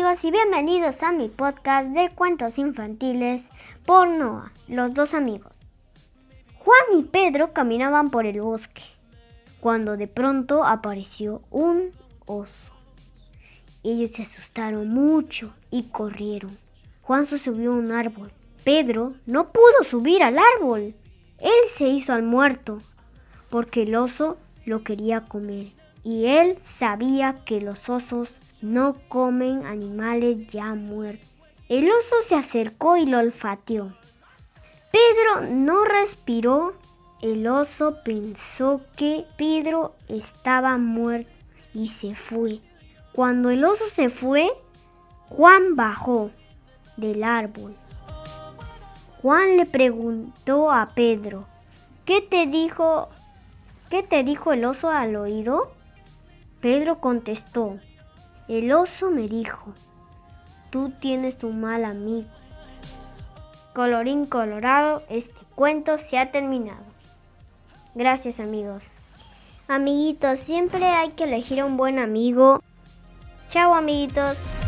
amigos y bienvenidos a mi podcast de cuentos infantiles por Noah, los dos amigos. Juan y Pedro caminaban por el bosque, cuando de pronto apareció un oso. Ellos se asustaron mucho y corrieron. Juan se subió a un árbol. Pedro no pudo subir al árbol. Él se hizo al muerto, porque el oso lo quería comer. Y él sabía que los osos no comen animales ya muertos. El oso se acercó y lo olfateó. Pedro no respiró. El oso pensó que Pedro estaba muerto y se fue. Cuando el oso se fue, Juan bajó del árbol. Juan le preguntó a Pedro, ¿qué te dijo el oso al oído? Pedro contestó, el oso me dijo, tú tienes un mal amigo. Colorín colorado, este cuento se ha terminado. Gracias, amigos. Amiguitos, siempre hay que elegir a un buen amigo. Chao, amiguitos.